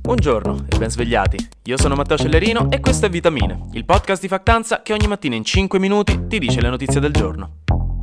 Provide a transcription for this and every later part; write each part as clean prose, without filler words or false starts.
Buongiorno e ben svegliati. Io sono Matteo Cellerino e questo è Vitamine, il podcast di Factanza che ogni mattina in 5 minuti ti dice le notizie del giorno.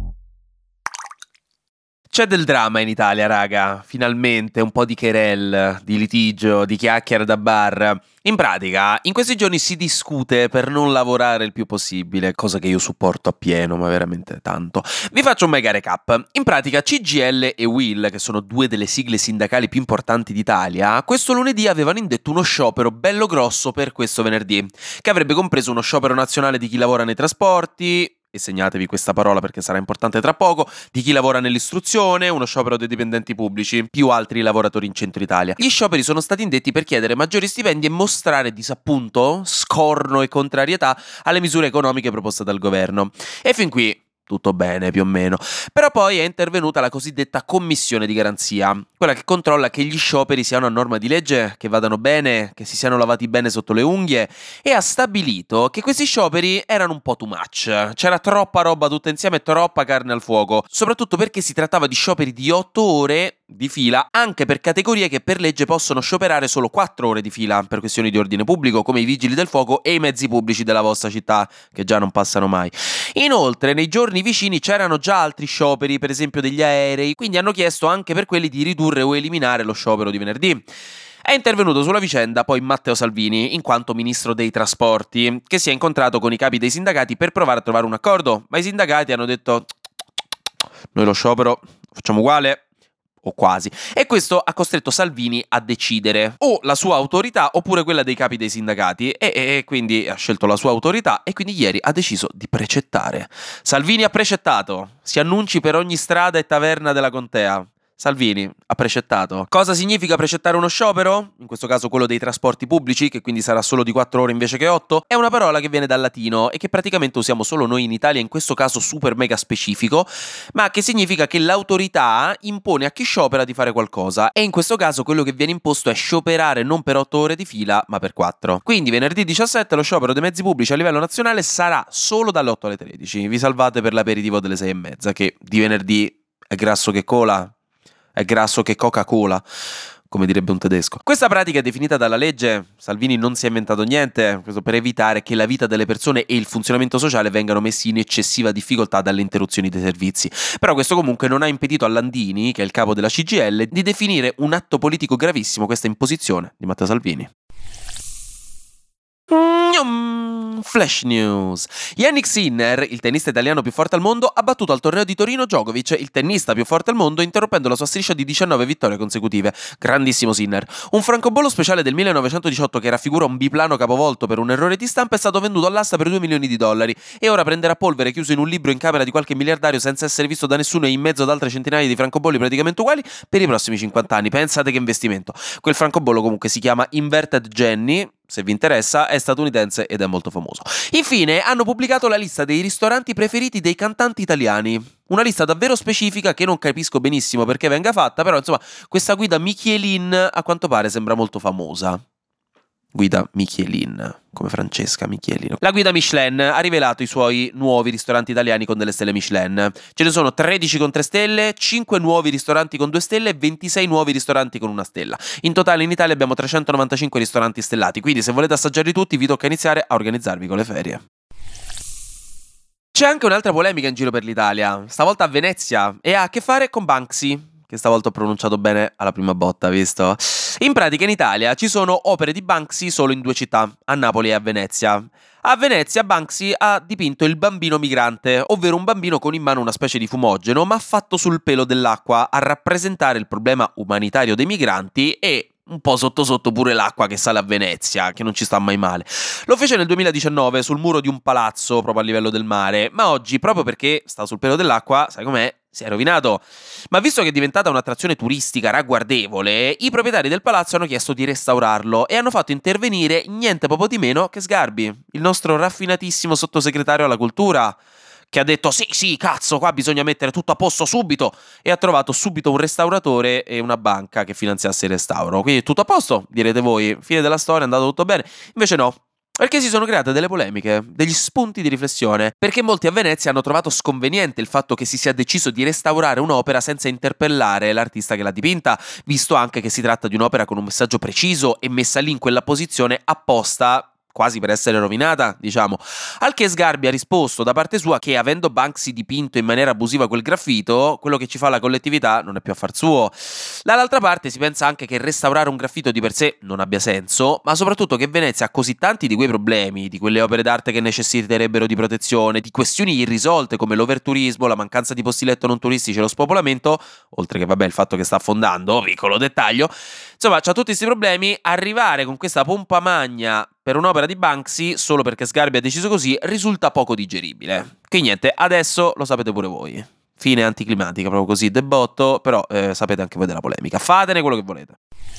C'è del dramma in Italia, raga. Finalmente un po' di querel, di litigio, di chiacchiere da bar. In pratica, in questi giorni si discute per non lavorare il più possibile, cosa che io supporto appieno, ma veramente tanto. Vi faccio un mega recap. In pratica, CGIL e UIL, che sono due delle sigle sindacali più importanti d'Italia, questo lunedì avevano indetto uno sciopero bello grosso per questo venerdì, che avrebbe compreso uno sciopero nazionale di chi lavora nei trasporti, e segnatevi questa parola perché sarà importante tra poco, di chi lavora nell'istruzione, uno sciopero dei dipendenti pubblici, più altri lavoratori in centro Italia. Gli scioperi sono stati indetti per chiedere maggiori stipendi e mostrare disappunto, scorno e contrarietà alle misure economiche proposte dal governo. E fin qui tutto bene, più o meno. Però poi è intervenuta la cosiddetta commissione di garanzia, quella che controlla che gli scioperi siano a norma di legge, che vadano bene, che si siano lavati bene sotto le unghie, e ha stabilito che questi scioperi erano un po' too much. C'era troppa roba tutta insieme e troppa carne al fuoco, soprattutto perché si trattava di scioperi di 8 ore di fila, anche per categorie che per legge possono scioperare solo 4 ore di fila, per questioni di ordine pubblico, come i vigili del fuoco e i mezzi pubblici della vostra città, che già non passano mai. Inoltre, nei giorni vicini c'erano già altri scioperi, per esempio degli aerei, quindi hanno chiesto anche per quelli di ridurre o eliminare lo sciopero di venerdì. È intervenuto sulla vicenda poi Matteo Salvini, in quanto ministro dei trasporti, che si è incontrato con i capi dei sindacati per provare a trovare un accordo, ma i sindacati hanno detto noi lo sciopero facciamo uguale o quasi, e questo ha costretto Salvini a decidere o la sua autorità oppure quella dei capi dei sindacati e quindi ha scelto la sua autorità e quindi ieri ha deciso di precettare. Salvini ha precettato, si annunci per ogni strada e taverna della contea. Salvini ha precettato. Cosa significa precettare uno sciopero? In questo caso quello dei trasporti pubblici, che quindi sarà solo di 4 ore invece che 8. È una parola che viene dal latino e che praticamente usiamo solo noi in Italia, in questo caso super mega specifico, ma che significa che l'autorità impone a chi sciopera di fare qualcosa. E in questo caso quello che viene imposto è scioperare non per 8 ore di fila, ma per 4. Quindi venerdì 17 lo sciopero dei mezzi pubblici a livello nazionale sarà solo dalle 8 alle 13. Vi salvate per l'aperitivo delle 6:30, che di venerdì è grasso che cola. È grasso che Coca-Cola, come direbbe un tedesco. Questa pratica è definita dalla legge, Salvini non si è inventato niente, questo per evitare che la vita delle persone e il funzionamento sociale vengano messi in eccessiva difficoltà dalle interruzioni dei servizi. Però questo comunque non ha impedito a Landini, che è il capo della CGIL, di definire un atto politico gravissimo questa imposizione di Matteo Salvini. Flash news. Jannik Sinner, il tennista italiano più forte al mondo, ha battuto al torneo di Torino Djokovic, il tennista più forte al mondo, interrompendo la sua striscia di 19 vittorie consecutive. Grandissimo Sinner. Un francobollo speciale del 1918 che raffigura un biplano capovolto per un errore di stampa è stato venduto all'asta per $2 milioni e ora prenderà polvere chiuso in un libro in camera di qualche miliardario senza essere visto da nessuno e in mezzo ad altre centinaia di francobolli praticamente uguali per i prossimi 50 anni. Pensate che investimento. Quel francobollo comunque si chiama Inverted Jenny, se vi interessa, è statunitense ed è molto famoso. Infine, hanno pubblicato la lista dei ristoranti preferiti dei cantanti italiani. Una lista davvero specifica che non capisco benissimo perché venga fatta, però insomma, questa guida Michelin a quanto pare sembra molto famosa. Guida Michelin, come Francesca Michelin. La guida Michelin ha rivelato i suoi nuovi ristoranti italiani con delle stelle Michelin. Ce ne sono 13 con 3 stelle, 5 nuovi ristoranti con 2 stelle e 26 nuovi ristoranti con 1 stella. In totale in Italia abbiamo 395 ristoranti stellati, quindi se volete assaggiarli tutti vi tocca iniziare a organizzarvi con le ferie. C'è anche un'altra polemica in giro per l'Italia, stavolta a Venezia, e ha a che fare con Banksy, che stavolta ho pronunciato bene alla prima botta, visto? In pratica in Italia ci sono opere di Banksy solo in 2 città, a Napoli e a Venezia. A Venezia Banksy ha dipinto il bambino migrante, ovvero un bambino con in mano una specie di fumogeno, ma fatto sul pelo dell'acqua, a rappresentare il problema umanitario dei migranti e un po' sotto sotto pure l'acqua che sale a Venezia, che non ci sta mai male. Lo fece nel 2019 sul muro di un palazzo proprio a livello del mare, ma oggi, proprio perché sta sul pelo dell'acqua, sai com'è? Si è rovinato. Ma visto che è diventata un'attrazione turistica ragguardevole, i proprietari del palazzo hanno chiesto di restaurarlo e hanno fatto intervenire niente poco di meno che Sgarbi, il nostro raffinatissimo sottosegretario alla cultura, che ha detto sì, cazzo, qua bisogna mettere tutto a posto subito, e ha trovato subito un restauratore e una banca che finanziasse il restauro. Quindi tutto a posto, direte voi, fine della storia, è andato tutto bene. Invece no, Perché si sono create delle polemiche, degli spunti di riflessione, perché molti a Venezia hanno trovato sconveniente il fatto che si sia deciso di restaurare un'opera senza interpellare l'artista che l'ha dipinta, visto anche che si tratta di un'opera con un messaggio preciso e messa lì in quella posizione apposta, quasi per essere rovinata, diciamo. Al che Sgarbi ha risposto da parte sua che, avendo Banksy dipinto in maniera abusiva quel graffito, quello che ci fa la collettività non è più affar suo. Dall'altra parte si pensa anche che restaurare un graffito di per sé non abbia senso, ma soprattutto che Venezia ha così tanti di quei problemi, di quelle opere d'arte che necessiterebbero di protezione, di questioni irrisolte come l'overturismo, la mancanza di posti letto non turistici e lo spopolamento, oltre che vabbè il fatto che sta affondando, piccolo dettaglio. Insomma, c'ha tutti questi problemi, arrivare con questa pompa magna per un'opera di Banksy, solo perché Sgarbi ha deciso così, risulta poco digeribile. Che niente, adesso lo sapete pure voi. Fine anticlimatica, proprio così, debotto, però sapete anche voi della polemica. Fatene quello che volete.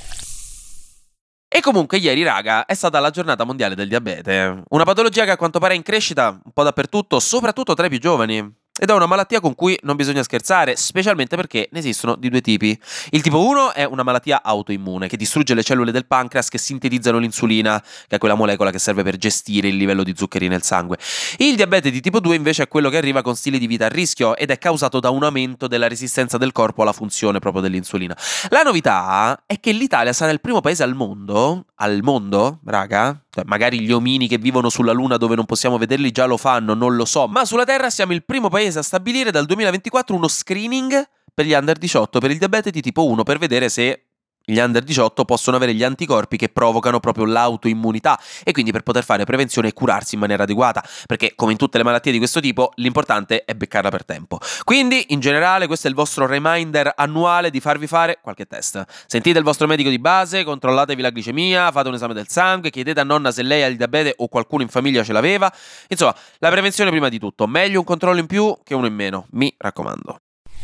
E comunque ieri, raga, è stata la giornata mondiale del diabete. Una patologia che a quanto pare è in crescita un po' dappertutto, soprattutto tra i più giovani. Ed è una malattia con cui non bisogna scherzare, specialmente perché ne esistono di due tipi. Il tipo 1 è una malattia autoimmune che distrugge le cellule del pancreas che sintetizzano l'insulina, che è quella molecola che serve per gestire il livello di zuccheri nel sangue. Il diabete di tipo 2 invece è quello che arriva con stili di vita a rischio ed è causato da un aumento della resistenza del corpo alla funzione proprio dell'insulina. La novità è che l'Italia sarà il primo paese al mondo, raga, magari gli omini che vivono sulla Luna dove non possiamo vederli già lo fanno, non lo so, ma sulla Terra siamo il primo paese a stabilire dal 2024 uno screening per gli under 18 per il diabete di tipo 1 per vedere se gli under 18 possono avere gli anticorpi che provocano proprio l'autoimmunità e quindi per poter fare prevenzione e curarsi in maniera adeguata, perché come in tutte le malattie di questo tipo l'importante è beccarla per tempo. Quindi in generale questo è il vostro reminder annuale di farvi fare qualche test. Sentite il vostro medico di base, controllatevi la glicemia, fate un esame del sangue, chiedete a nonna se lei ha il diabete o qualcuno in famiglia ce l'aveva. Insomma, la prevenzione prima di tutto, meglio un controllo in più che uno in meno, mi raccomando.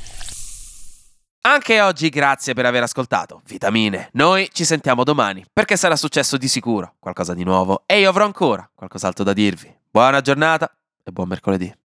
Anche oggi grazie per aver ascoltato Vitamine. Noi ci sentiamo domani perché sarà successo di sicuro qualcosa di nuovo e io avrò ancora qualcos'altro da dirvi. Buona giornata e buon mercoledì.